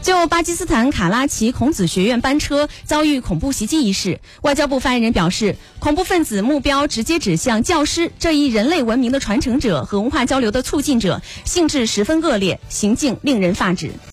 就巴基斯坦卡拉奇孔子学院班车遭遇恐怖袭击一事，外交部发言人表示，恐怖分子目标直接指向教师这一人类文明的传承者和文化交流的促进者，性质十分恶劣，行径令人发指。